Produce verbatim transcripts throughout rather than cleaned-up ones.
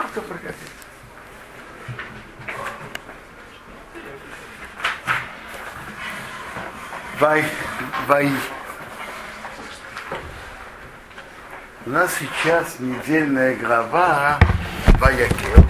кто пригодится. Вай, вай. У нас сейчас недельная глава Ваякел.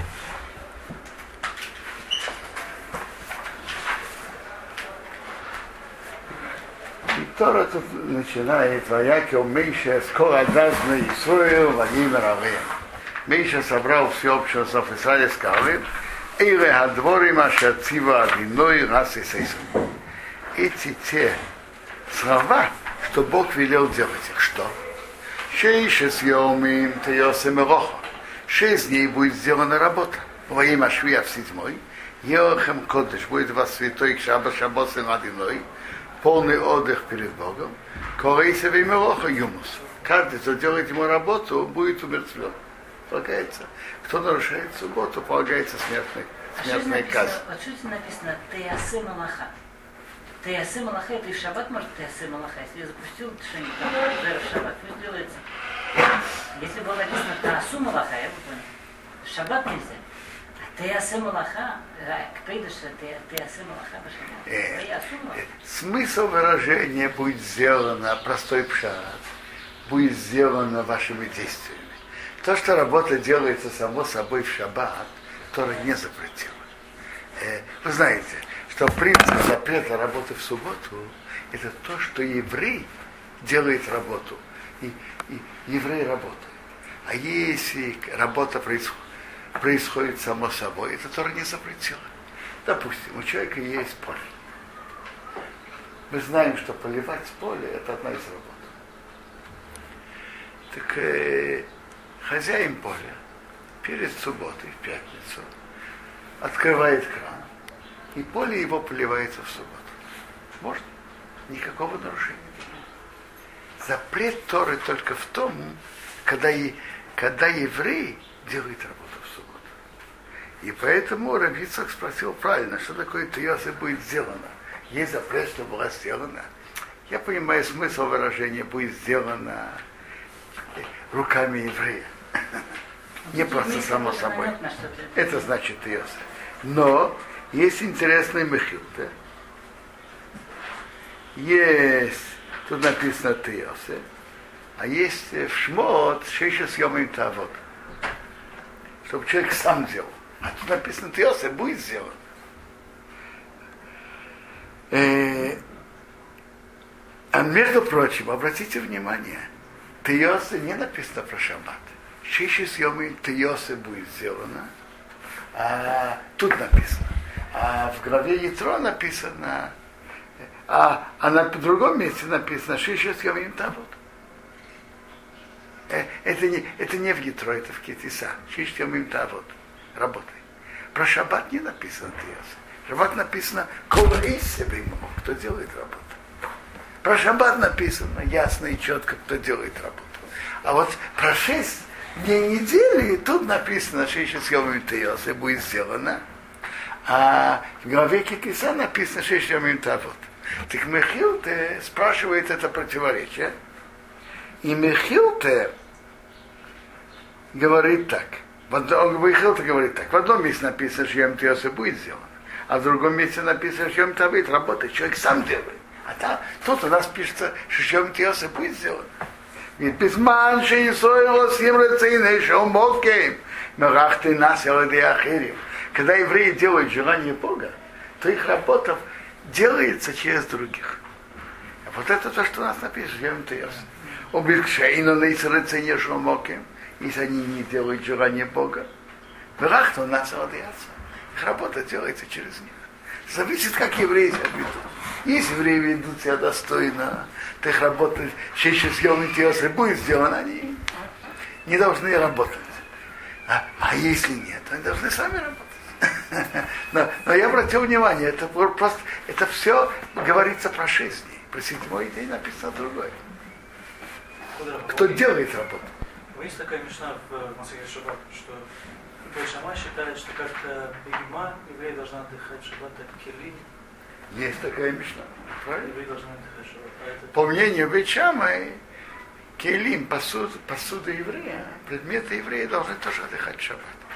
И Тора тут начинает Ваякел Мейша скоро дазна Исруэл Вагимер Алеем. Мейша собрал всеобщего сов Исраиля сказал: Эйре Хадворим Ашер Цива Адиной Рас и Сейсом. Эти те слова, что Бог велел делать их. Что? Шесть съемим Тейосе Мероха. Шесть дней будет сделана работа. Во имя Швия в седьмой. Йохем Кодыш будет вас святой Шаба Шабосы Адиной. Полный отдых перед Богом. Корейся в Мероха Юмус. Каждый, кто делает ему работу, будет умертвлен. Полагается, кто нарушает субботу, полагается смертный, смертная казнь. А что здесь написано Теясе Малаха? Теясе Малаха, это и в шаббат может Теясе Малаха. Если я запустил что-нибудь там, в шаббат, пусть делается. Если было написано Теясу Малаха, я бы понял. В шаббат нельзя. А Теясе Малаха, Кпейдыша, Теясе Малаха, Теясу Малаха. Смысл выражения будет сделано, простой пшат, будет сделано вашими действиями. То, что работа делается само собой в шаббат, Тора не запретила. Вы знаете, что принцип запрета работы в субботу – это то, что еврей делает работу, и, и еврей работает. А если работа происходит, происходит само собой, это Тора не запретила. Допустим, у человека есть поле. Мы знаем, что поливать поле – это одна из работ. Так э, хозяин поля перед субботой, в пятницу, открывает кран, и поле его поливается в субботу. Можно? Никакого нарушения нет. Запрет Торы только в том, когда, и, когда еврей делает работу в субботу. И поэтому Рав Ицхак спросил правильно, что такое Теясе будет сделано. Есть запрет, что была сделана. Я понимаю смысл выражения будет сделано руками еврея. Не просто само собой. Это значит Теясе. Но есть интересный мехилта. Есть, тут написано Теясе, а есть в Шмот шесть съемим тавод. Чтобы человек сам делал. А тут написано Теясе, будет сделан. А между прочим, обратите внимание, Теясе не написано про шаббат. Шесть съемим Теясе будет сделано. А тут написано. А в главе Ятро написано, а, а на другом месте написано шесть съемим тавод. Это не, это не в Ятро, это в Кетиса. Шесть съемим тавод. Работай. Про шаббат не написано Теясе. Шаббат написано «Кола из себе кто делает работу». Про шаббат написано ясно и четко, кто делает работу. А вот про шесть дней недели тут написано «Шесть съемим Теясе» будет сделано. А в главе Кикиса написано «Шесть съемим тавод». Так Мехилте спрашивает это противоречие. И Мехилте говорит так. Мехилте говорит так. В одном месте написано «Шесть Теясе» будет сделано. А в другом месте написано, что тавит работает, человек сам делает. А там, тут у нас пишется, что Теясе будет сделано. Ведь Писман, что Исоило с ним рецейный, что он моккейм, мерахты нас ахирим. Когда евреи делают желание Бога, то их работа делается через других. А вот это то, что у нас написано, что Теясе. Убиркшейно лейс рецейный, что он моккейм, если они не делают желание Бога, мерахты нас ахирим. Работа делается через них. Зависит, как евреи себя ведут. Если евреи ведут себя достойно, то их работа шесть съемных Теясе будет сделана, они не должны работать. А, а если нет, они должны сами работать. но, но я обратил внимание, это просто, это все говорится про шесть дней. Про седьмой день написано другое. Кто делает работу? Есть такая мишна в Масахе Шаббат, что Шама считает, что как-то бегема евреи должны отдыхать в шаббат, как Келим. Есть такая мишна, правильно? Евреи должны отдыхать в шаббат. А это... По мнению Бейт-Шамай, Келим, посуда, посуда еврея, предметы еврея должны тоже отдыхать в шаббат.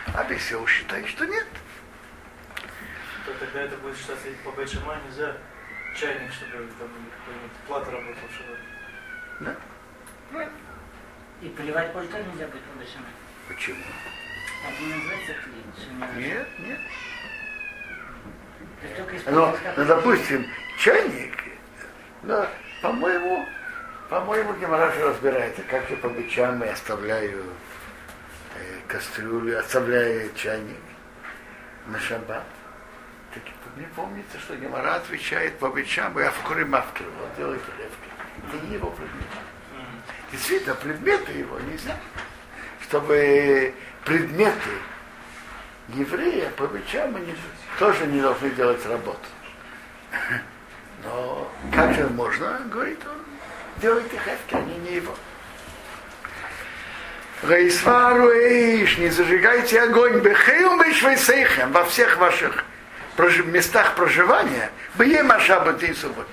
А Бейсеу считает, что нет. То тогда это будет считаться по Бейт Шамай нельзя чайник, чтобы там плата работала в шаббат. Да? Правильно. И поливать поле тоже нельзя будет по Бейт Шамай. Почему? Это не называется клин. Нет, нет. То есть только Но, использовать как- ну, допустим, чайник, да, по-моему, по-моему, Гемара же разбирается, как я по бичам и оставляю э, кастрюлю, оставляю чайник на шаббат. Так мне помнится, что Гемара отвечает по бичам, и авкуры мавкры, вот делайте левки. Это не его предмет. Действительно, предметы его нельзя. Чтобы предметы еврея по бичам они тоже не должны делать работу. Но как же можно, говорит он, делайте хефки, они не его. Рейсвару эйш, не зажигайте огонь, бехеум бешвейсейхем, во всех ваших прожи- местах проживания, бьем ашабат и суббот.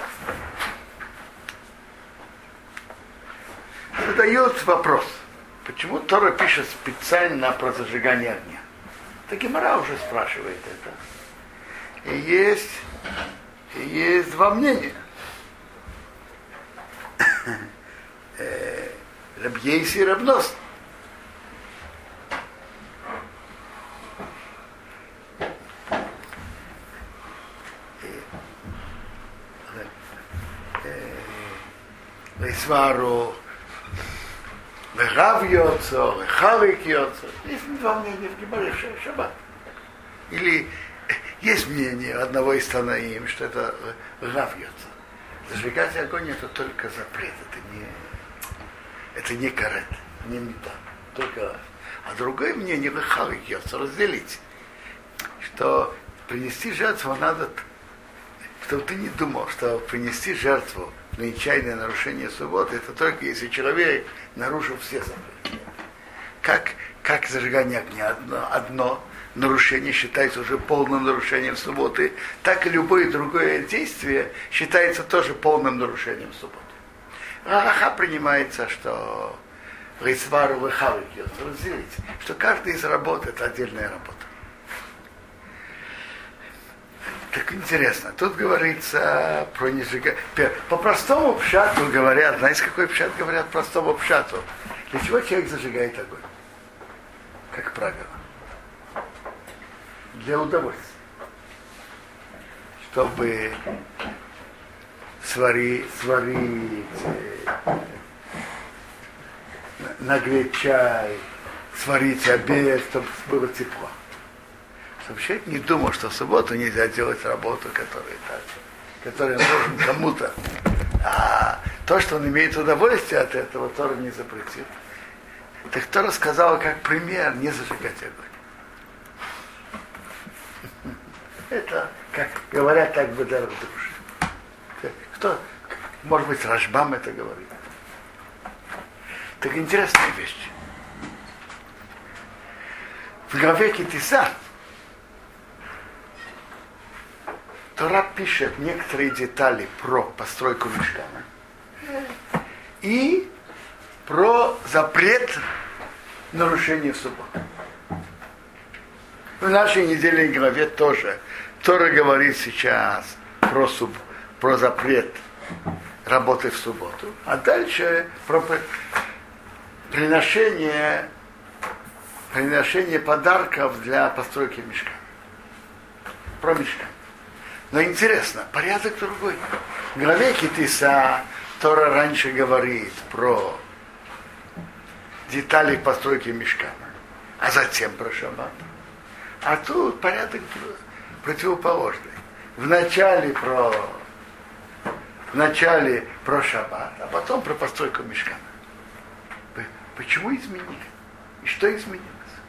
Задает вопрос, почему Тора пишет специально про зажигание огня. Так Гемара уже спрашивает это. И есть, и есть два мнения. Рабьейс и Рабнос. Лейсвару Вегав Йоцо, Вехавик Йоцо. Есть два мнения в Гемаре в шаббат. Или есть мнение одного из Танаим, что это Вегав Йоцо. Зажигать огонь это только запрет, это не, это не карет, не мета, только. А другое мнение Вехавик Йоцо, разделить, что принести жертву надо, чтобы ты не думал, что принести жертву на нечаянное нарушение субботы, это только если человек нарушил все заповеди. Как, как зажигание огня одно, одно нарушение считается уже полным нарушением субботы, так и любое другое действие считается тоже полным нарушением субботы. Раха принимается, что Рейсвару Вехавик разделить, что каждый из работ это отдельная работа. Так интересно, тут говорится про нежигание. По простому пшату говорят, знаете, какой пшат говорят простому пшату? Для чего человек зажигает огонь? Как правило. Для удовольствия. Чтобы сварить, сварить, нагреть чай, сварить обед, чтобы было тепло. Чтобы человек не думал, что в субботу нельзя делать работу, которая, так, которая нужен кому-то. А то, что он имеет удовольствие от этого, Тора не запретил. Так Тора сказала, как пример, не зажигать огонь. Это, как говорят, так бы дар в душе. Кто, может быть, Рашбам это говорит. Так интересная вещь. В главе Китиса Тора пишет некоторые детали про постройку мишкана и про запрет нарушения субботы. В нашей недельной главе тоже Тора говорит сейчас про, суб, про запрет работы в субботу, а дальше про приношение, приношение подарков для постройки мишкана. Про мишкан. Но интересно, порядок другой. В главе Китиса Тора раньше говорит про детали постройки мишкана, а затем про шаббат. А тут порядок противоположный. Вначале про, вначале про шаббат, а потом про постройку мишкана. Почему изменили? И что изменилось?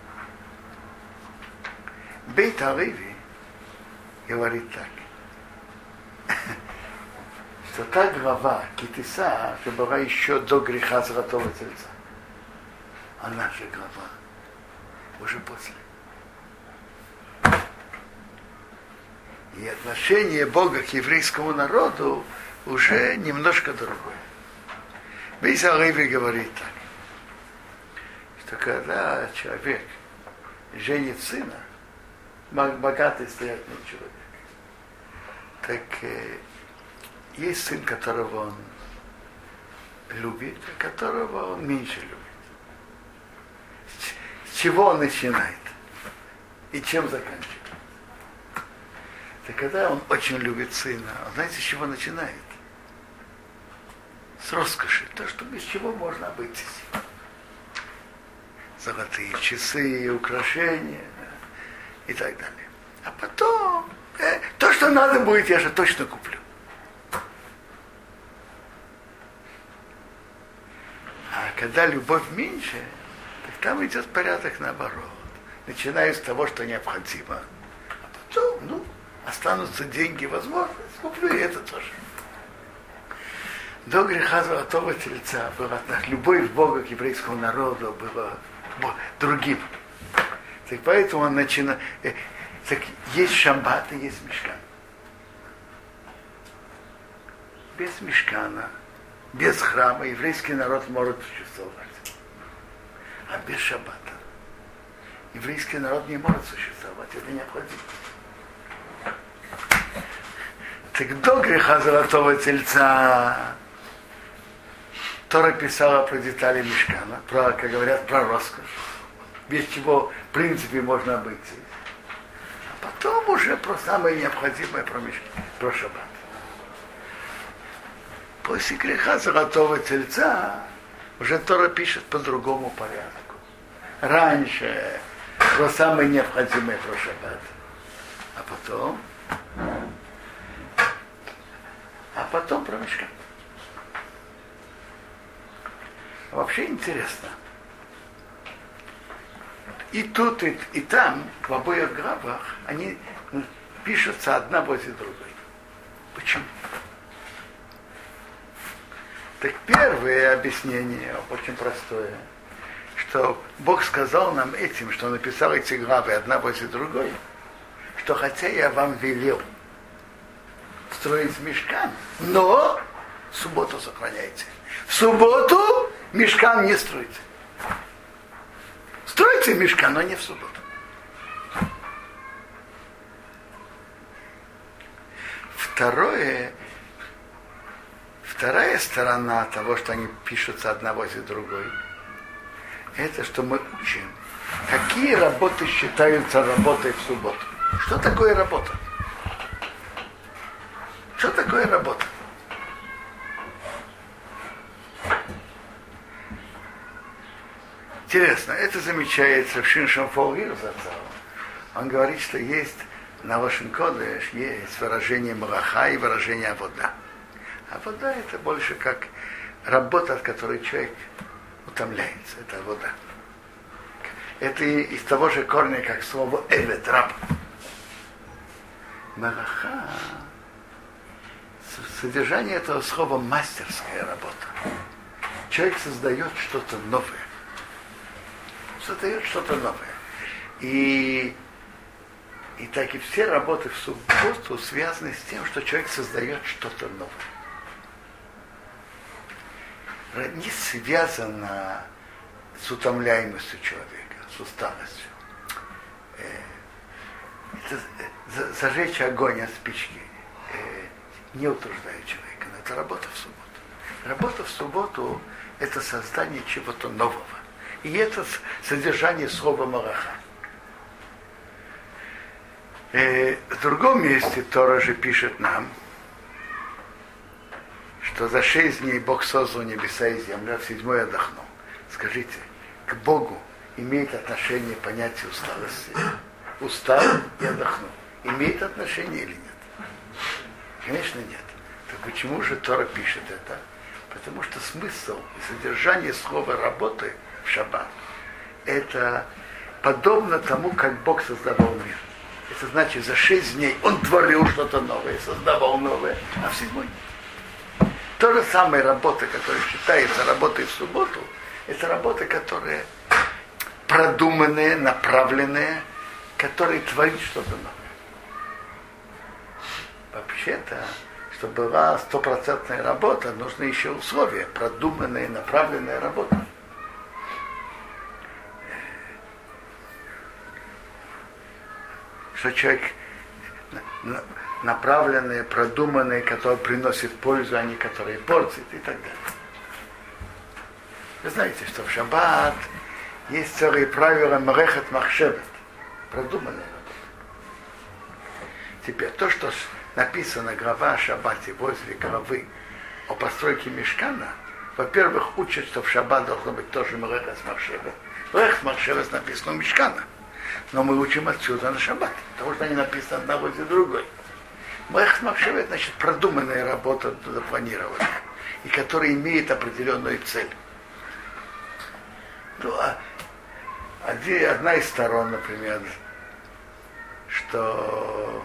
Бейт Аливи говорит так, что та глава Китиса, что была еще до греха Золотого Тельца, а наша глава уже после. И отношение Бога к еврейскому народу уже немножко другое. Бейт Аливи говорит так, что когда человек женит сына, богатый состоятельный человек, так э, есть сын, которого он любит, а которого он меньше любит. С чего он начинает и чем заканчивает? Так когда он очень любит сына, он знаете, с чего начинает? С роскоши, то, что без чего можно обойтись. Золотые часы, украшения и так далее. А потом, э, то, что надо будет, я же точно куплю. А когда любовь меньше, так там идет порядок наоборот. Начиная с того, что необходимо. А потом, ну, останутся деньги, возможность, куплю и это тоже. До греха золотого тельца была любовь Бога к еврейскому народу была другим. Так поэтому он начинает. Так есть шаббат и есть мишкан. Без мишкана, без храма еврейский народ может существовать. А без шаббата еврейский народ не может существовать. Это необходимо. Так до греха золотого тельца Тора писала про детали мишкана, про, как говорят, про роскошь, без чего, в принципе, можно обойтись. А потом уже про самое необходимое, про мишкан, про шаббат. После греха золотого тельца уже Тора пишет по другому порядку. Раньше про самое необходимое, про шаббат. А потом, а потом про мишкан. Вообще интересно. И тут, и, и там, в обоих главах, они пишутся одна возле другой. Почему? Так первое объяснение очень простое, что Бог сказал нам этим, что он написал эти главы одна возле другой, что хотя я вам велел строить мишкан, но субботу сохраняйте. В субботу мишкан не стройте. Стройте мишкан, но не в субботу. Второе, вторая сторона того, что они пишутся одна возле другой, это что мы учим, какие работы считаются работой в субботу. Что такое работа? Что такое работа? Интересно, это замечает Равшин Шамфол Вирзацал. Он говорит, что есть на Лошен Кодеш есть выражение малаха и выражение авода. Авода это больше как работа, от которой человек утомляется. Это авода. Это из того же корня, как слово эвет, раб. Малаха, содержание этого слова мастерская работа. Человек создает что-то новое. Создает что-то новое. И, и так и все работы в субботу связаны с тем, что человек создает что-то новое. Не связано с утомляемостью человека, с усталостью. Это зажечь огонь от спички не утруждает человека, но это работа в субботу. Работа в субботу – это создание чего-то нового. И это содержание слова малаха. Э, в другом месте Тора же пишет нам, что за шесть дней Бог создал небеса и землю, а в седьмой отдохнул. Скажите, к Богу имеет отношение понятие усталости? Устал и отдохнул. Имеет отношение или нет? Конечно, нет. Так почему же Тора пишет это? Потому что смысл и содержание слова работы в шаббат это подобно тому, как Бог создавал мир. Это значит, за шесть дней он творил что-то новое, создавал новое, а в седьмой нет. То же самое работа, которая считается работой в субботу, это работа, которая продуманная, направленная, которая творит что-то новое. Вообще-то, чтобы была стопроцентная работа, нужны еще условия, продуманная, направленная работа. что человек направленный, продуманный, который приносит пользу, а не который портит и так далее. Вы знаете, что в шаббат есть целые правила мрехет махшевет, продуманные работы. Теперь то, что написано глава о шаббате возле главы о постройке мишкана, во-первых, учат, что в шаббат должно быть тоже мрехет махшевет. Мрехет махшевет написано у мишкана. Но мы учим отсюда на шаббат, потому что они написаны одна возле другой. Мрехет махшевет, значит, продуманная работа, запланированная, и которая имеет определенную цель. Ну, а один, одна из сторон, например, что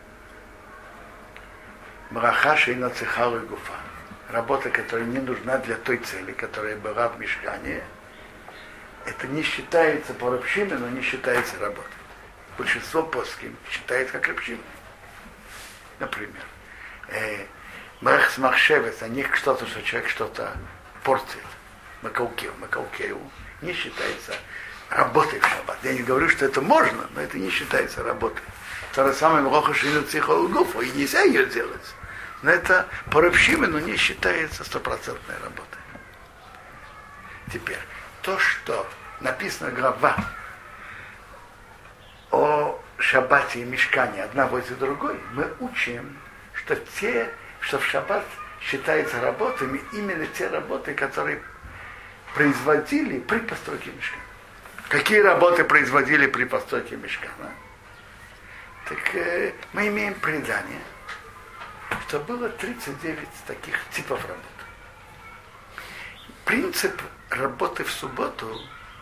мраха шейна цехалу и гуфа, работа, которая не нужна для той цели, которая была в мишкане, это не считается по рабшиме, но не считается работой. Большинство поским считает как рабшиме. Например, э, мрах махшевец, о них что-то, что человек что-то портит, макаукею, макаукею, не считается работой в шаббат. Я не говорю, что это можно, но это не считается работой. То же самое мроха шейна цехалу и гуфа, и нельзя ее делать. Но это по рабшиме, но не считается стопроцентной работой. Теперь, то, что написано глава о шаббате и мишкане одна возле другой, мы учим, что те, что в шаббат считаются работами, именно те работы, которые производили при постройке мишкана. Какие работы производили при постройке мишкана? Так э, мы имеем предание, что было тридцать девять таких типов работ. Принцип работы в субботу,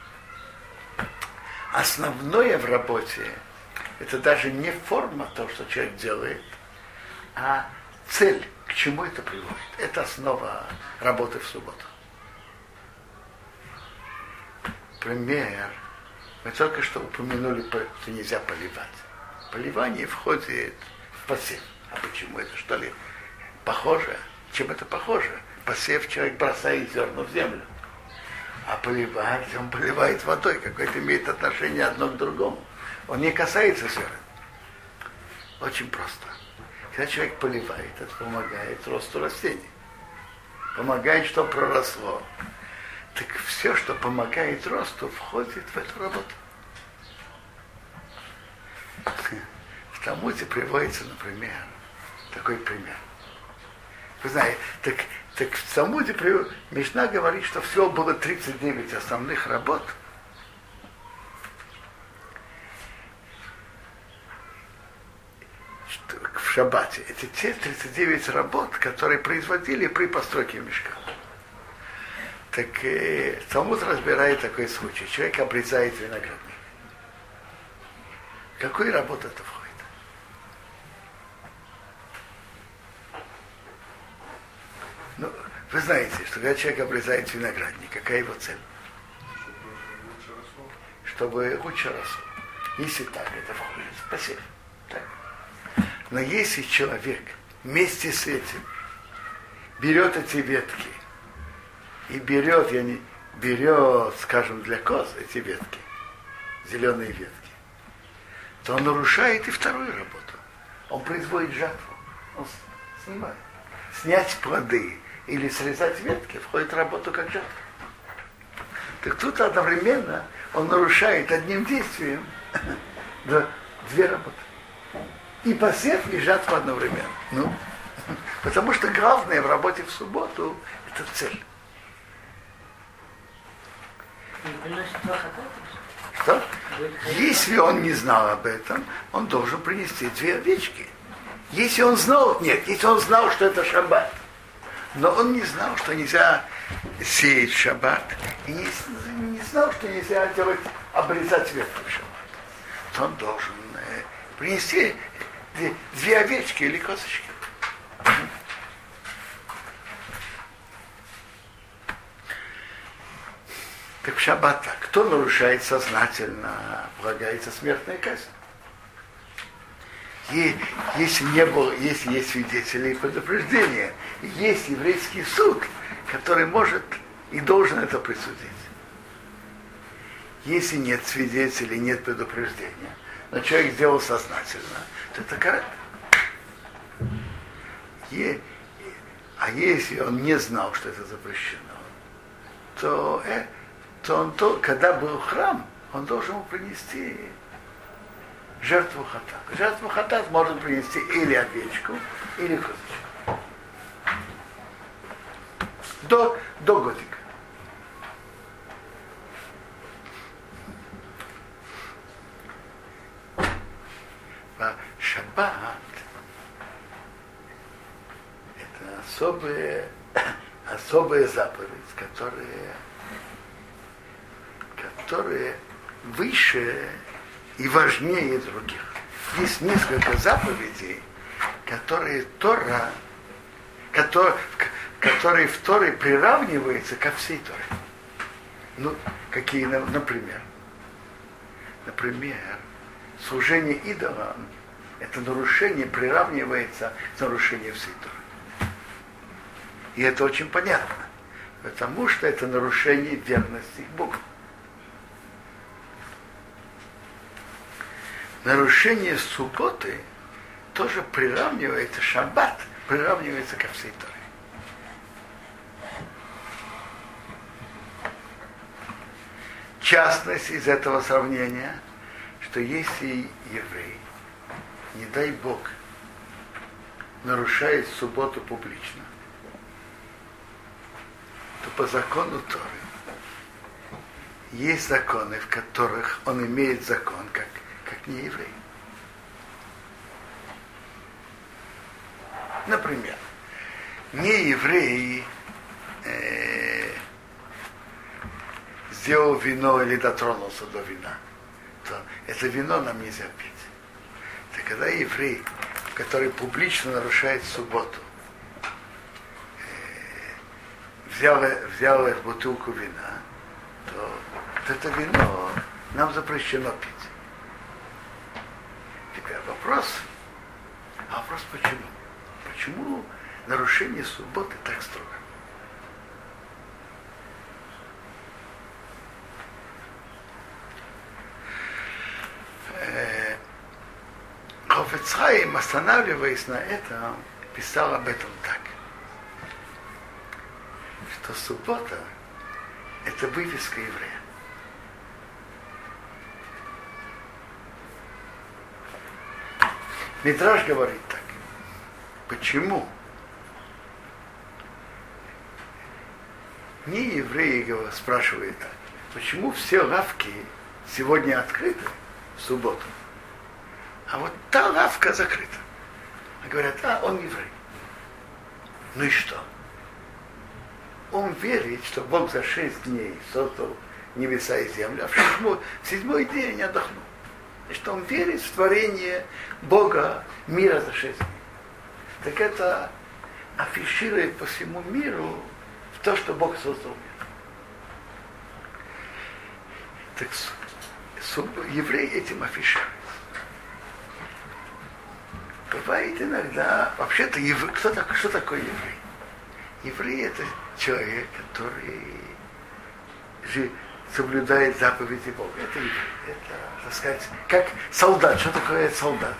основное в работе, это даже не форма того, что человек делает, а цель, к чему это приводит. Это основа работы в субботу. Пример. Мы только что упомянули, что нельзя поливать. Поливание входит в посев. А почему это, что ли, похоже? Чем это похоже? Посев, человек бросает зерна в землю. А поливать, он поливает водой, какое-то имеет отношение одно к другому. Он не касается зерна. Очень просто. Когда человек поливает, это помогает росту растений. Помогает, чтобы проросло. Так все, что помогает росту, входит в эту работу. В Талмуде приводится, например, такой пример. Вы знаете, так, так в Талмуде Мишна говорит, что всего было тридцать девять основных работ. В шаббате. Это те тридцать девять работ, которые производили при постройке мишкана. Так э, Талмуд разбирает такой случай. Человек обрезает виноградник. В какую работу это входит? Ну, вы знаете, что когда человек обрезает виноградник, какая его цель? Чтобы лучше росло. Если так, это входит в посев. Так. Но если человек вместе с этим берет эти ветки и берет, я не, берет, скажем, для коз эти ветки, зеленые ветки, то он нарушает и вторую работу. Он производит жатву. Он снимает. Снять плоды или срезать ветки входит в работу как жатва. Так тут одновременно он нарушает одним действием две работы. И посев, и жатва одновременно. Ну, потому что главное в работе в субботу – это цель. Что? Если он не знал об этом, он должен принести две овечки. Если он знал, нет, если он знал, что это шаббат, но он не знал, что нельзя сеять в шаббат, и не, не знал, что нельзя делать, обрезать ветку в шаббат, то он должен э, принести две, две овечки или козочки. Так в шаббат так. Кто нарушает сознательно, полагается смертная казнь. И если не было, если есть свидетели и предупреждения, есть еврейский суд, который может и должен это присудить. Если нет свидетелей, нет предупреждения, но человек сделал сознательно, то это карет. А если он не знал, что это запрещено, то, э, то он, то, когда был храм, он должен принести жертву хатат. Жертву хатат можно принести или овечку, или козочку. До, до годика. А шаббат — это особая, особая заповедь, которая, которая выше и важнее других. Есть несколько заповедей, которые Тора, которые, которые в Торе приравниваются ко всей Торе. Ну, какие, например? Например, служение идолам — это нарушение приравнивается к нарушению всей Торы. И это очень понятно, потому что это нарушение верности к Богу. Нарушение субботы тоже приравнивается, шаббат приравнивается ко всей Торе. Частность из этого сравнения, что если еврей, не дай Бог, нарушает субботу публично, то по закону Торы есть законы, в которых он имеет закон, как как не еврей. Например, не еврей э, сделал вино или дотронулся до вина, то это вино нам нельзя пить. Это когда еврей, который публично нарушает субботу, э, взял, взял бутылку вина, то вот это вино нам запрещено пить. Теперь вопрос, а вопрос почему? Почему нарушение субботы так строго? Хафец Хаим, останавливаясь на этом, писал об этом так, что суббота — это вывеска еврея. Мидраш говорит так. Почему? Не евреи спрашивают так. Почему все лавки сегодня открыты в субботу, а вот та лавка закрыта? А говорят, а, он еврей. Ну и что? Он верит, что Бог за шесть дней создал небеса и землю, а в седьмой, в седьмой день не отдохнул. И что он верит в творение Бога мира за шесть дней. Так это афиширует по всему миру в то, что Бог создал мир. Так еврей этим афиширует. Бывает иногда, вообще-то, еврей, кто так, что такое еврей? Еврей — это человек, который же соблюдает заповеди Бога. Это еврей. Это, так сказать, как солдат. Что такое солдат?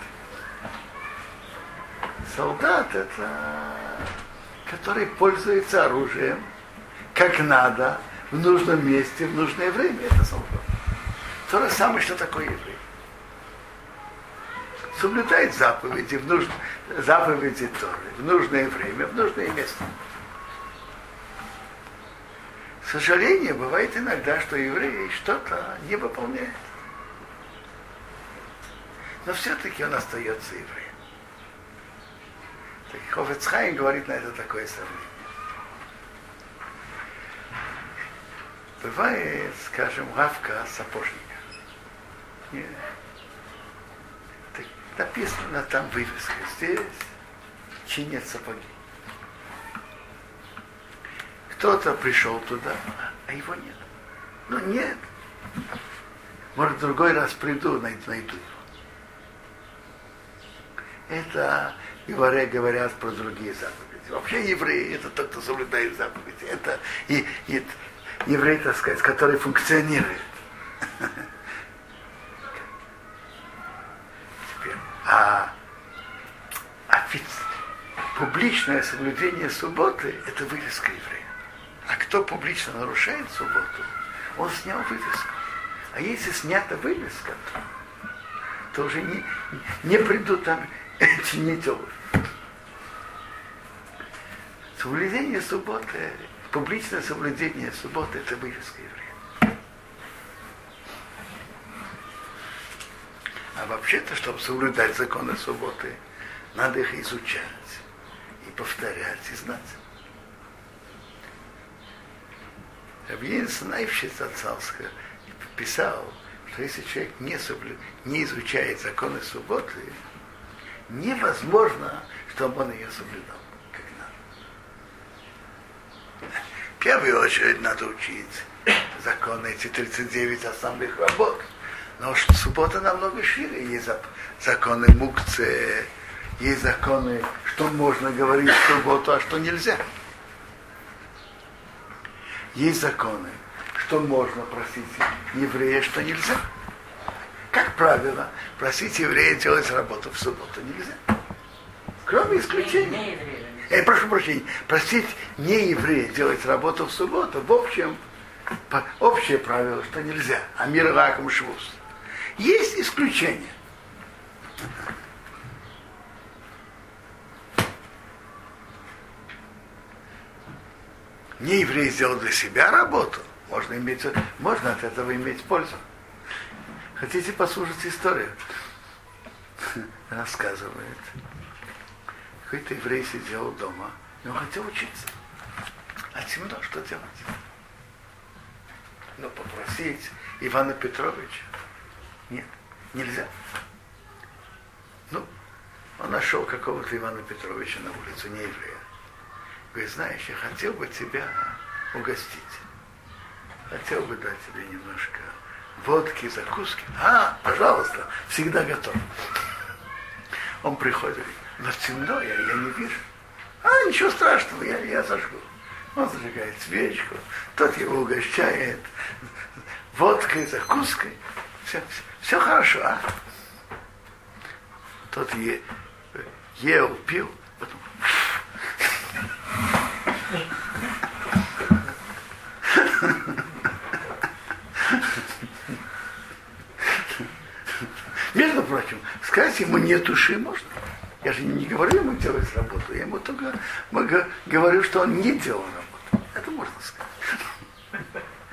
Солдат — это который пользуется оружием как надо, в нужном месте, в нужное время. Это солдат. То же самое, что такое еврей. Соблюдает заповеди, в нуж... заповеди Торы, в нужное время, в нужное место. К сожалению, бывает иногда, что еврей что-то не выполняет. Но все-таки он остается евреем. Хафец Хаим говорит на это такое сравнение. Бывает, скажем, лавка сапожника. Нет. Так написано там вывеска. Здесь чинят сапоги. Кто-то пришел туда, а его нет. Ну нет. Может, в другой раз приду, найду, найду его. Это говоря, говорят про другие заповеди. Вообще евреи — это тот, кто соблюдает заповеди. Это и, и еврей, так сказать, который функционирует. публичное соблюдение субботы – это вывеска еврея. А кто публично нарушает субботу, он снял вывеску. А если снята вывеска, то, то уже не, не придут там чинить обувь. Соблюдение субботы, публичное соблюдение субботы – это вывеска еврея. А вообще-то, чтобы соблюдать законы субботы, надо их изучать и повторять, и знать. Рабьин Санаевщиц Ацалска писал, что если человек не, соблю... не изучает законы субботы, невозможно, чтобы он ее соблюдал, как надо. В первую очередь надо учить законы, эти тридцать девять основных работ. Но суббота намного шире. Есть законы мукции, есть законы, что можно говорить в субботу, а что нельзя. Есть законы, что можно просить еврея, что нельзя. Как правило, просить еврея делать работу в субботу нельзя. Кроме исключения. Я прошу прощения, просить не еврея делать работу в субботу, в общем, общее правило, что нельзя. Амир лаком швус. Есть исключения. Не еврей сделал для себя работу, можно, иметь, можно от этого иметь пользу. Хотите послушать историю? Рассказывает. Какой-то еврей сидел дома, и он хотел учиться. А темно, что делать? Но попросить Ивана Петровича? Нет, нельзя. Ну, он нашел какого-то Ивана Петровича на улице, не еврея. Говорит, знаешь, я хотел бы тебя угостить. Хотел бы дать тебе немножко водки, закуски. А, пожалуйста, всегда готов. Он приходит, говорит, но темно, я, я не вижу. А, ничего страшного, я, я зажгу. Он зажигает свечку, тот его угощает водкой, закуской. Все, все, все хорошо, а? Тот е, ел, пил, потом... Между прочим, сказать ему не туши можно. Я же не говорю ему делать работу, я ему только говорю, что он не делал работу. Это можно сказать.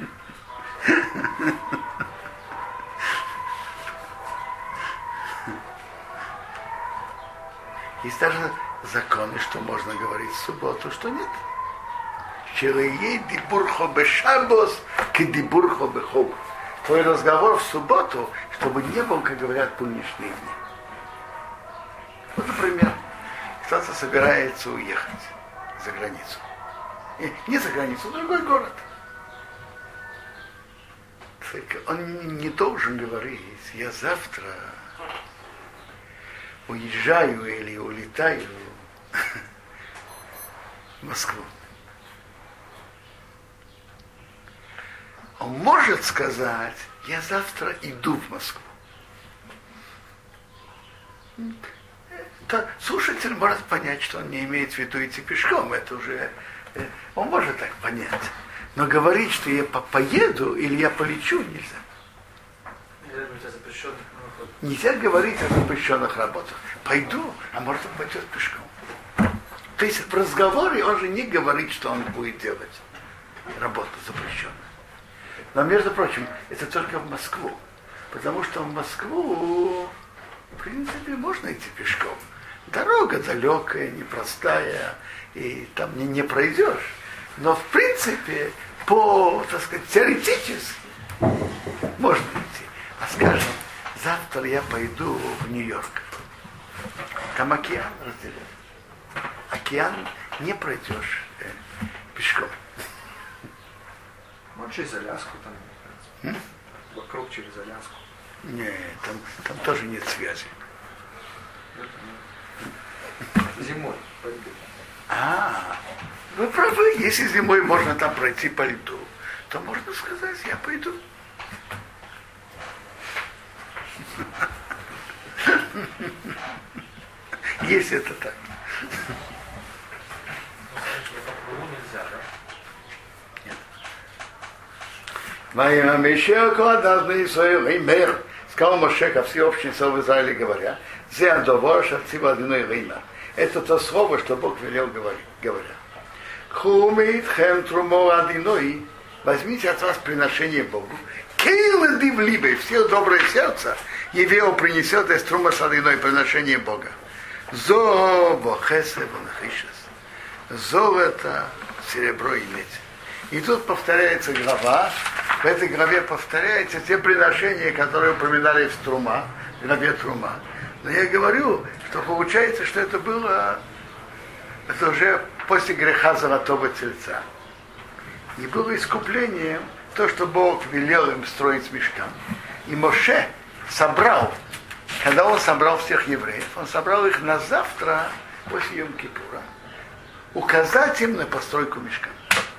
Есть даже законы, что можно говорить в субботу, что нет. Твой разговор в субботу, чтобы не был, как говорят, пунишные дни. Вот, например, кто-то собирается уехать за границу. И не за границу, в другой город. Он не должен говорить, я завтра уезжаю или улетаю в Москву. Он может сказать, я завтра иду в Москву. То слушатель может понять, что он не имеет в виду идти пешком. Это уже, он может так понять. Но говорить, что я поеду или я полечу, нельзя. Нельзя говорить о запрещенных работах. Нельзя говорить о запрещенных работах. Пойду, а может он пойдет пешком. То есть в разговоре он же не говорит, что он будет делать работу запрещенную. Но, между прочим, это только в Москву. Потому что в Москву, в принципе, можно идти пешком. Дорога далекая, непростая, и там не, не пройдешь. Но, в принципе, по, так сказать, теоретически можно идти. А скажем, завтра я пойду в Нью-Йорк. Там океан разделен. Океан не пройдешь э, пешком. Вот через Аляску там. М? Вокруг через Аляску. Нет, там, там тоже нет связи. Зимой по льду. А, вы правы, если зимой можно там пройти по льду, то можно сказать, я пойду. Если это так. Моя Мишелку однажды Исраиль, мэр, сказал Моше ко всеобществу в Израиле, говоря, «Зе адовар шацива одиной рейна». Это то слово, что Бог велел говорить, говоря. «Хумит хэм трумо одиной». Возьмите от вас приношение Богу. «Кейлы дивлибы», все доброе сердце, Евео принесет из трума с одиной приношение Бога. «Зо вохесе вонахишес». Золото, серебро и медь. И тут повторяется глава, в этой главе повторяются те приношения, которые упоминали в Трума, в главе Трума. Но я говорю, что получается, что это было это уже после греха золотого тельца. И было искуплением то, что Бог велел им строить мишкан. И Моше собрал, когда он собрал всех евреев, он собрал их на завтра, после Йом-Кипура, указать им на постройку мишкана.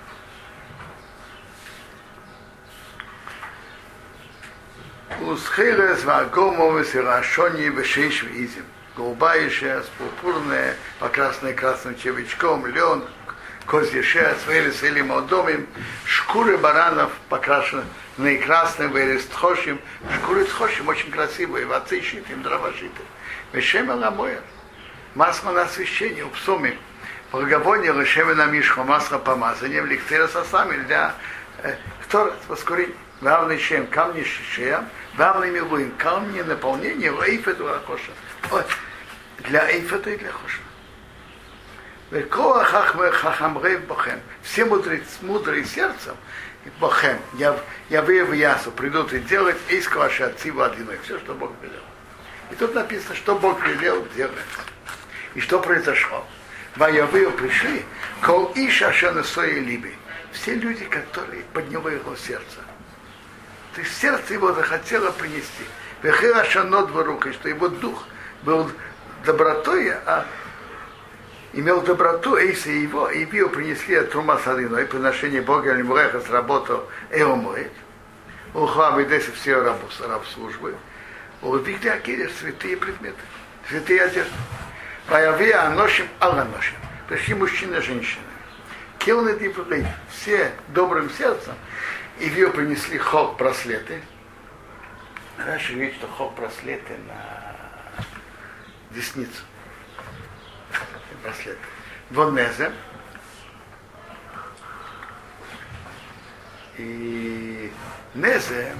Усхирес вагомовес и рашони вешиш визим. Голубая шерсть, пурпурная, покрасная красным червячком, лен, козья шерсть, вырез или молдомим, шкуры баранов, покрашенные красным, вырез тхошим, шкуры тхошим очень красивые, вацы щитым, дрова щитым. Вешема ламоя, масло на освящение, упсоми, благовоние, лешема на мишху, масло помазания, ликтера сосами для кто воскурить. Главный чем камни шишеям, главный милуем камни наполнения в эйфету ахоша. Для эйфета и для хоша. Все мудрые, мудрые сердцем, бохем, явы в ясу, придут и делать эйского шатцива одиной. Все, что Бог велел. И тут написано, что Бог велел делать. И что произошло. Ваявы пришли, кол иша шанасои либи. Все люди, которые подняло его сердце. То есть сердце его захотело принести. Вехера шанот варукой, что его дух был добротой, а имел доброту, эйса его, и его принесли от трума с одиной, приношение Бога Лимуреха сработал эомоет. Ухлам и десять все раб службы. Увидели акири святые предметы, святые одежды. Появия аношим аланошим. Пришли мужчины и женщины. Килны дивлей, все добрым сердцем. И в ее принесли хок браслеты. Раньше говорит, что хок браслеты на десницу. Браслеты. Вон незе. И незе,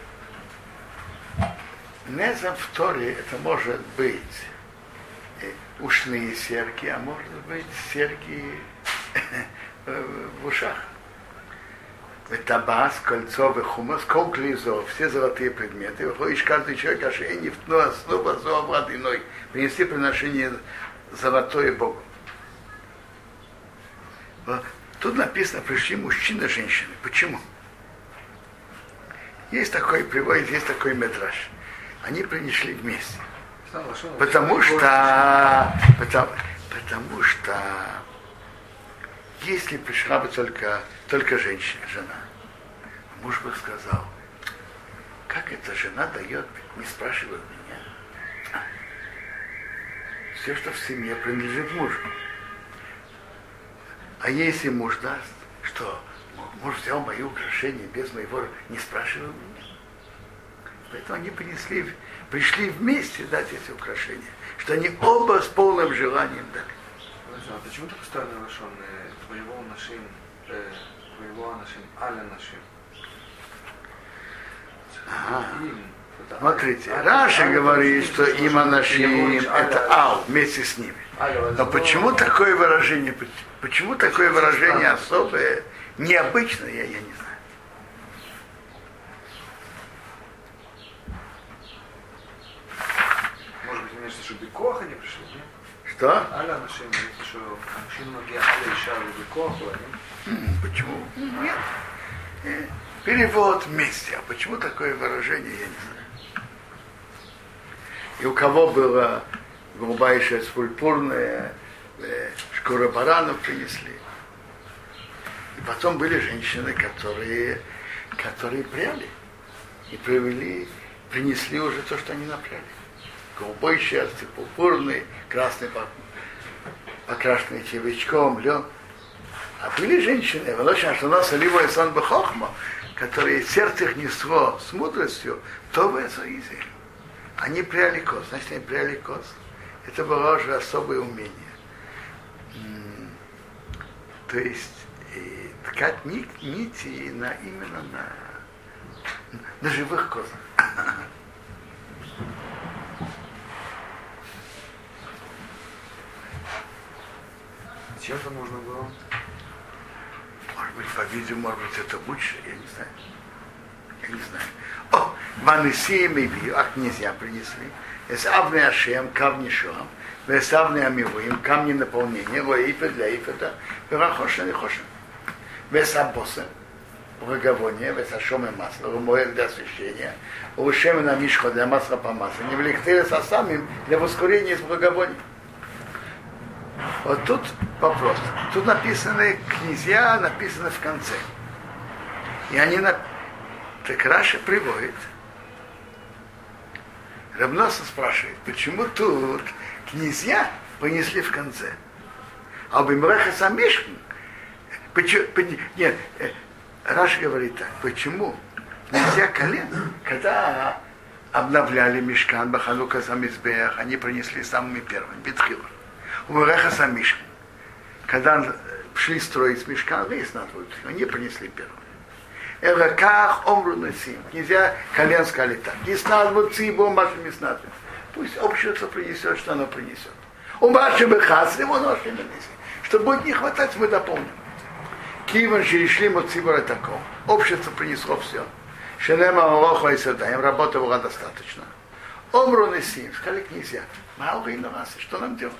незе в Торе это может быть ушные серьги, а может быть серьги в ушах. Табас, кольцо, хумас, колклизо, все золотые предметы. Выходишь каждый человек, аж и не втну основа зообрат иной. Принеси приношение золотое Богу. Вот. Тут написано, пришли мужчины и женщины. Почему? Есть такой приводит, есть такой медраж. Они принесли вместе. Потому что, потому, потому что если пришла бы только, только женщина, жена, муж бы сказал, как эта жена дает, не спрашивает меня. Все, что в семье, принадлежит мужу. А если муж даст, что муж взял мои украшения без моего, не спрашивал меня. Поэтому они принесли, пришли вместе дать эти украшения, что они оба с полным желанием дали. А почему так устроено лашон? Воевал нашим, воевал нашим, аля нашим. Смотрите, Раша говорит, что им анашим это ал, вместе с ними. Но почему такое выражение, почему такое выражение особое, необычное, я, я не знаю. Может быть, конечно, что бекох они пришли, нет? Что? Аля нашим, что мужчина многие аля ища бекох, почему? Нет. Перевод вместе. А почему такое выражение, я не знаю. И у кого была голубая шерсть пурпурная, шкура баранов принесли. И потом были женщины, которые, которые пряли. И привели, принесли уже то, что они напряли. Голубой шерсти, пурпурный, красный, покрашенный червячком, лен. А были женщины, что у нас оливая сан бехохма, которые сердце их несло с мудростью, то вы Израиль. Они пряли коз, значит, они пряли коз. Это было уже особое умение. То есть и ткать нити на, именно на, на живых козах. Чем это нужно было? Может быть, по-видимому, может быть, это лучше, я не знаю. Я не знаю. О, Ванесием и Бию, а князья принесли. С Авны Ашем, камни Шоам, с Авны Амивуим, камни наполнения, Лоифа для Ифета, Верахошен и Хошен. Вес Абоса, благовоние, вес Ашом и масло, Умоет для освящения, Ушем и Намишхо для масла помазания, Влектерес Асамим для воскурения из благовония. Вот тут вопрос. Тут написаны князья, написано в конце. И они на... Так Раши приводит. Рабноса спрашивает, почему тут князья понесли в конце? А об Имреха Самишкн, почему, нет, Раши говорит так, почему князья колен, когда обновляли Мишкан, Баханука Самизбех, они принесли самыми первыми, Бетхила. У Имреха Самишкн, когда шли строить Мишкан, они принесли первыми. Эраках омру насим. Князья колен сказали так. Неснадбу цибо маши неснадбу. Пусть общество принесет, что оно принесет. У маши бехас, его ноши нанеси. Что будет не хватать, мы дополним. Киван шеришли моцибора такого. Общество принесло все. Шенема малоха и сада. Им работы было достаточно. Омру насим. Сказали князья. Мало и навасы. Что нам делать?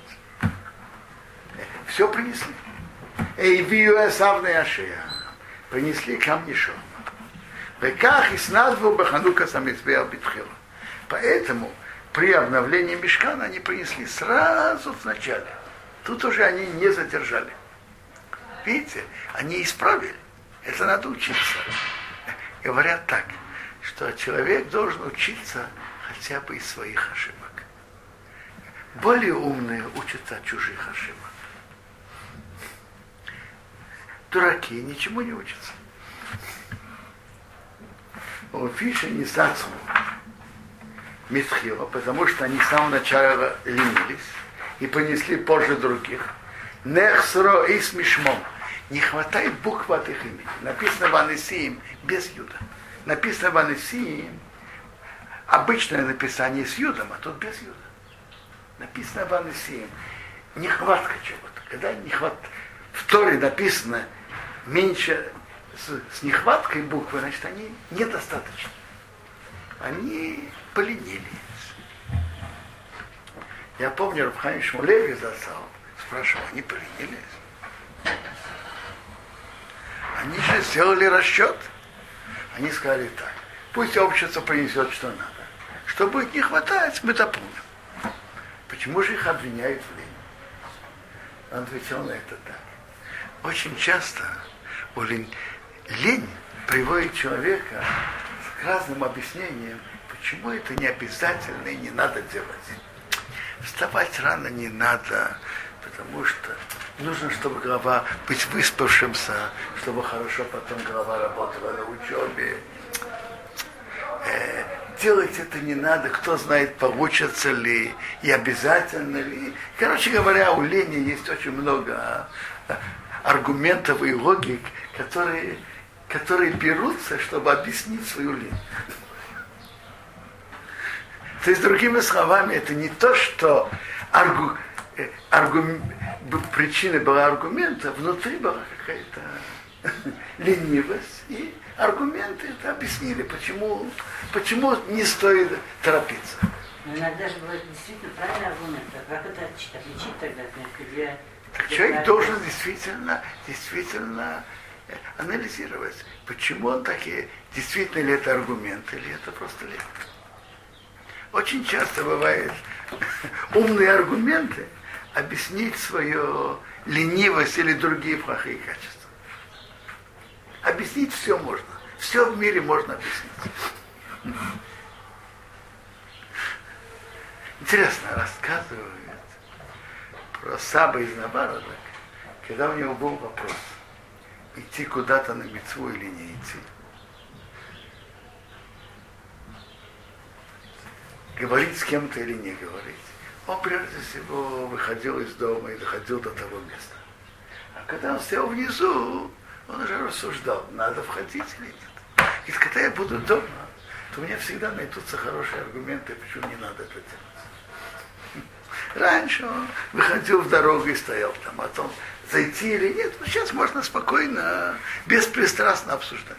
Все принесли. Эй, вию эсавны ашия. Принесли камни Шома. Веках и снадву баханука самизбеа битхила. Поэтому при обновлении Мишкана они принесли сразу в начале. Тут уже они не задержали. Видите, они исправили. Это надо учиться. Говорят так, что человек должен учиться хотя бы из своих ошибок. Более умные учатся от чужих ошибок. Дураки ничему не учатся. У Фиша не сацу Мисхила, потому что они с самого начала ленились и понесли позже других. Нехсро и смешмом. Не хватает букв от их имени. Написано Ванесиим без Юда. Написано Ванесиим обычное написание с Юдом, а тут без Юда. Написано Ванесиим. Нехватка чего-то. Когда не хват... в Торе написано меньше с, с нехваткой буквы, значит, они недостаточно. Они поленились. Я помню, Рав Хаим Шмулеви застал, спрашивал, они поленились? Они же сделали расчет. Они сказали так, пусть общество принесет, что надо. Что будет не хватать, мы дополним. Почему же их обвиняют в лени? Он ответил на это так. Очень часто лень, лень приводит человека к разным объяснениям, почему это не обязательно и не надо делать. Вставать рано не надо, потому что нужно, чтобы голова быть выспавшимся, чтобы хорошо потом голова работала на учебе. Э, делать это не надо, кто знает, получится ли и обязательно ли. Короче говоря, у лени есть очень много аргументов и логик, которые, которые берутся, чтобы объяснить свою лень. То есть, другими словами, это не то, что аргу, аргу, причина была аргумента, внутри была какая-то ленивость, и аргументы это объяснили, почему, почему не стоит торопиться. Но иногда же бывает действительно правильный аргумент. А как это отличить, отличить тогда между две... Человек должен действительно, действительно анализировать, почему он такие, действительно ли это аргумент, или это просто лень. Очень часто бывает умные аргументы объяснить свою ленивость или другие плохие качества. Объяснить все можно. Все в мире можно объяснить. Интересно, рассказывают про Саба из Набарада, когда у него был вопрос, идти куда-то на мицву или не идти. говорить с кем-то или не говорить. Он прежде всего выходил из дома и доходил до того места. А когда он стоял внизу, он уже рассуждал, надо входить или нет. И когда я буду дома, то у меня всегда найдутся хорошие аргументы, почему не надо это делать. Раньше он выходил в дорогу и стоял там, о том, зайти или нет. Но сейчас можно спокойно, беспристрастно обсуждать.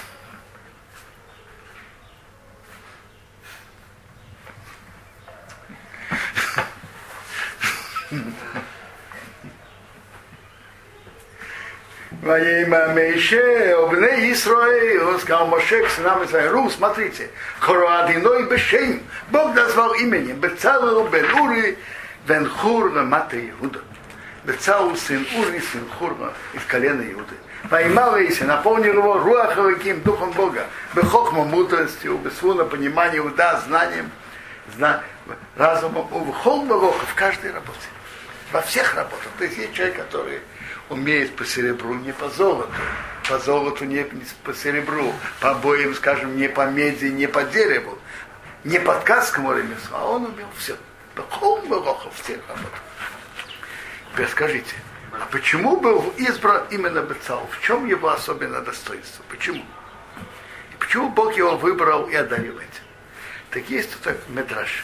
Ваима Мейше, обне Исраэль, он сказал Моше к сынам Израиля, Ру, смотрите, Короадиной Бешейм, Бог назвал именем, Бецалел бен Ури, бен Хур, Мата Иуда. Бецалел сын Ури, сын Хур, из колена Иуды. Ваимал Иси, наполнил его Руах Элоким, духом Бога, Бехохма, мудростью, Бесвуна, пониманием, Уда, знанием, зна... разумом, Увхол Богоха в каждой работе. Во всех работах. То есть есть человек, который умеет по серебру, не по золоту. По золоту не по серебру. По обоим, скажем, не по меди, не по дереву. Не по ткацкому ремеслу. А он умел все. Бехол Богоха в всех работах. Теперь скажите, а почему был избран именно Бецал? В чем его особенное достоинство? Почему? И почему Бог его выбрал и одарил этим? Так есть тут Медраш.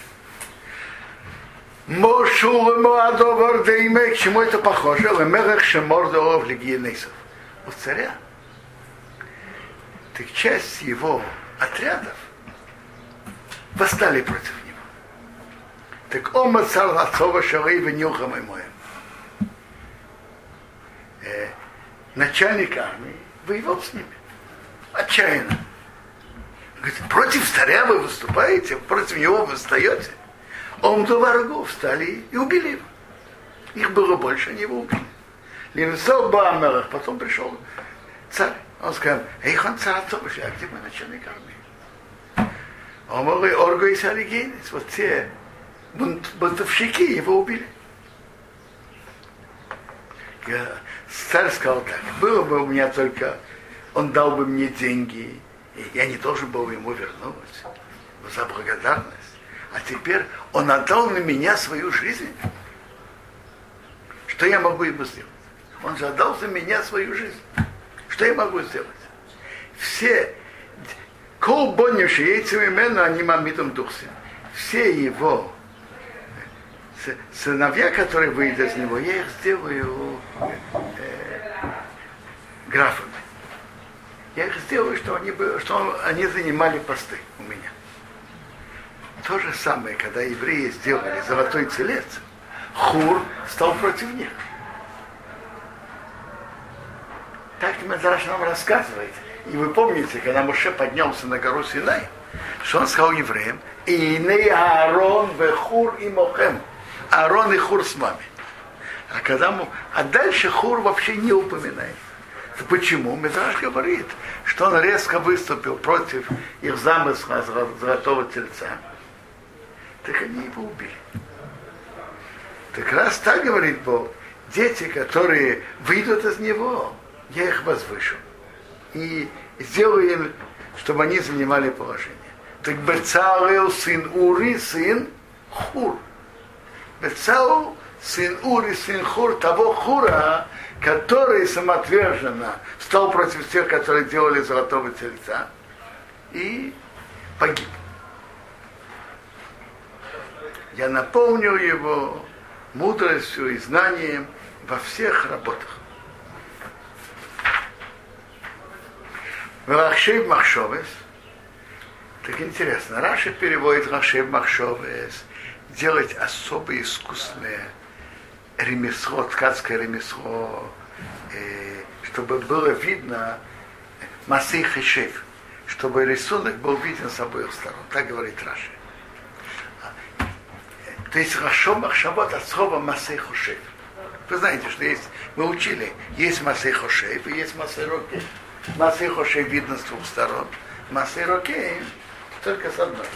Мошул Моадовар Дейме, к чему это похоже? Лемерах Шемордов Легиенейсов. У царя. Так часть его отрядов восстали против него. Так он царь отцова Шарей Венюхам и моим. Начальник армии воевал с ними. Отчаянно. Говорит, против царя вы выступаете, против него вы встаете. Он до врагов встали и убили его. Их было больше, они его убили. Левисов Баамерах, потом пришел царь. Он сказал, Эйхон царь Атовыш, а где мой начальник армии? Он говорит, Орго и Салигейнис, вот те бунтовщики его убили. Царь сказал так, было бы у меня только, он дал бы мне деньги, и я не должен был ему вернуть за благодарность. А теперь он отдал на меня свою жизнь. Что я могу ему сделать? Он же отдал за меня свою жизнь. Что я могу сделать? Все, кол бонниши яйцами мену, они мамитом духсим. Все его сыновья, которые выйдут из него, я их сделаю э, графами. Я их сделаю, что они, что они занимали посты у меня. То же самое, когда евреи сделали золотой телец, Хур стал против них. Так Медраш нам рассказывает. И вы помните, когда Моше поднялся на гору Синай, что он сказал евреям, «Иней Аарон вехур и мохем». Аарон и Хур с вами. А, когда мы... а дальше Хур вообще не упоминает. Почему? Медраш говорит, что он резко выступил против их замысла золотого тельца. Так они его убили. Так раз так говорит Бог, дети, которые выйдут из него, я их возвышу. И сделаю им, чтобы они занимали положение. Так Бецалел сын Ури, сын Хур. Бецалел сын Ури, сын Хур, того Хура, который самоотверженно стал против тех, которые делали золотого тельца, и погиб. Я наполнил его мудростью и знанием во всех работах. Рашей Махшовес. Так интересно, Раши переводит Рашей Махшовес делать особо искусное ремесло, ткацкое ремесло, э, чтобы было видно Масей Хешев, чтобы рисунок был виден с обоих сторон. Так говорит Раши. То есть Рашо Махшавот от слова Масей Хошев. Вы знаете, что есть, мы учили, есть Масей Хошев и есть Масей Рокей. Масей Хошев видно с двух сторон, Масей Рокей только с одной.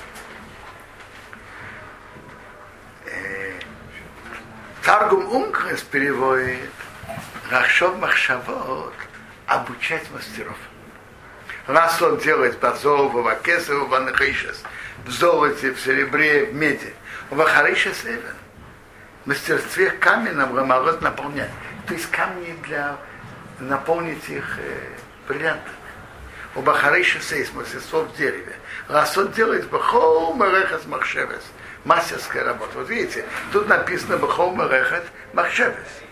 Таргум Ункрес переводит Рашо Махшавот обучать мастеров. Раз он делает Базову, Вакесову, Ванахишес, в золоте, в серебре, в меди. В Ахарише Севен. В мастерстве каменном гамарот наполнять. То есть камни для наполнить их э, бриллиантами. У Бахариша Сейс, мастерство в дереве. Расот делает бахол мерехас махшевес. Мастерская работа. Вот видите, тут написано бахол мерехас махшевес.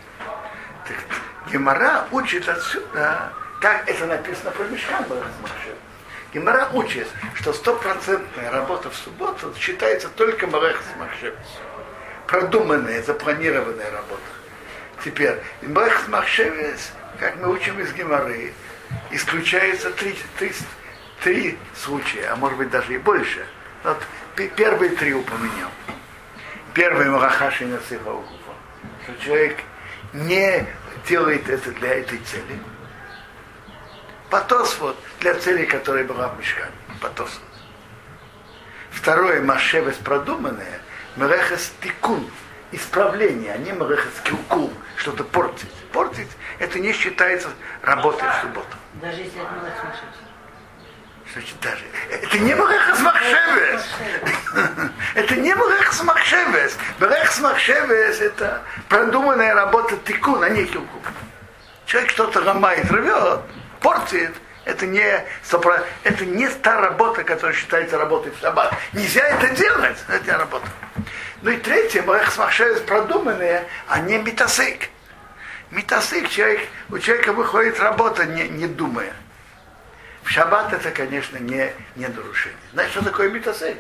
Гемара учит отсюда, как это написано про Мишкан мерехас махшевес. Гемара учит, что стопроцентная работа в субботу считается только мерехас махшевес. Продуманная, запланированная работа. Теперь, мерехас махшевес, как мы учим из Гемары, исключается три, три, три случая, а может быть даже и больше. Вот первые три упомянем. Первый Марахаши на Цихаугуфа. Что человек не делает это для этой цели. Патосфот для цели, которая была в Мишкане. Патосфот. Второе Машевес продуманное. Мерехес тикун. Исправление, а не мерехес килкул. Что-то портить. Портить это не считается работой в субботу. Даже если это мелочь сумасшедший. Значит, даже. Это не мерехес махшевес. Это не мерехес махшевес. Мерехес махшевес это продуманная работа тикун, а не килкул. Человек что-то ломает, рвет, портит. Это не, это не та работа, которая считается работой в шаббат. Нельзя это делать. Это не работа. Ну и третье, мерехес махшевес продуманные, а не митасейк. Митасейк, человек, у человека выходит работа, не, не думая. В шаббат это, конечно, не, не нарушение. Знаете, что такое митасейк?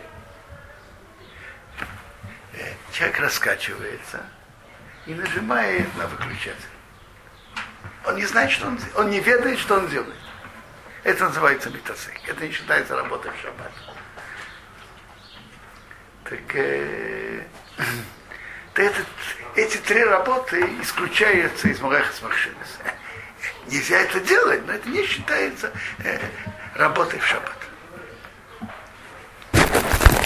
Человек раскачивается и нажимает на выключатель. Он не знает, что он делает. Он не ведает, что он делает. Это называется митасейк. Это не считается работой в шаббат. Так, э, это, эти три работы исключаются из мерехес махшевес. Нельзя это делать, но это не считается э, работой в шаббат.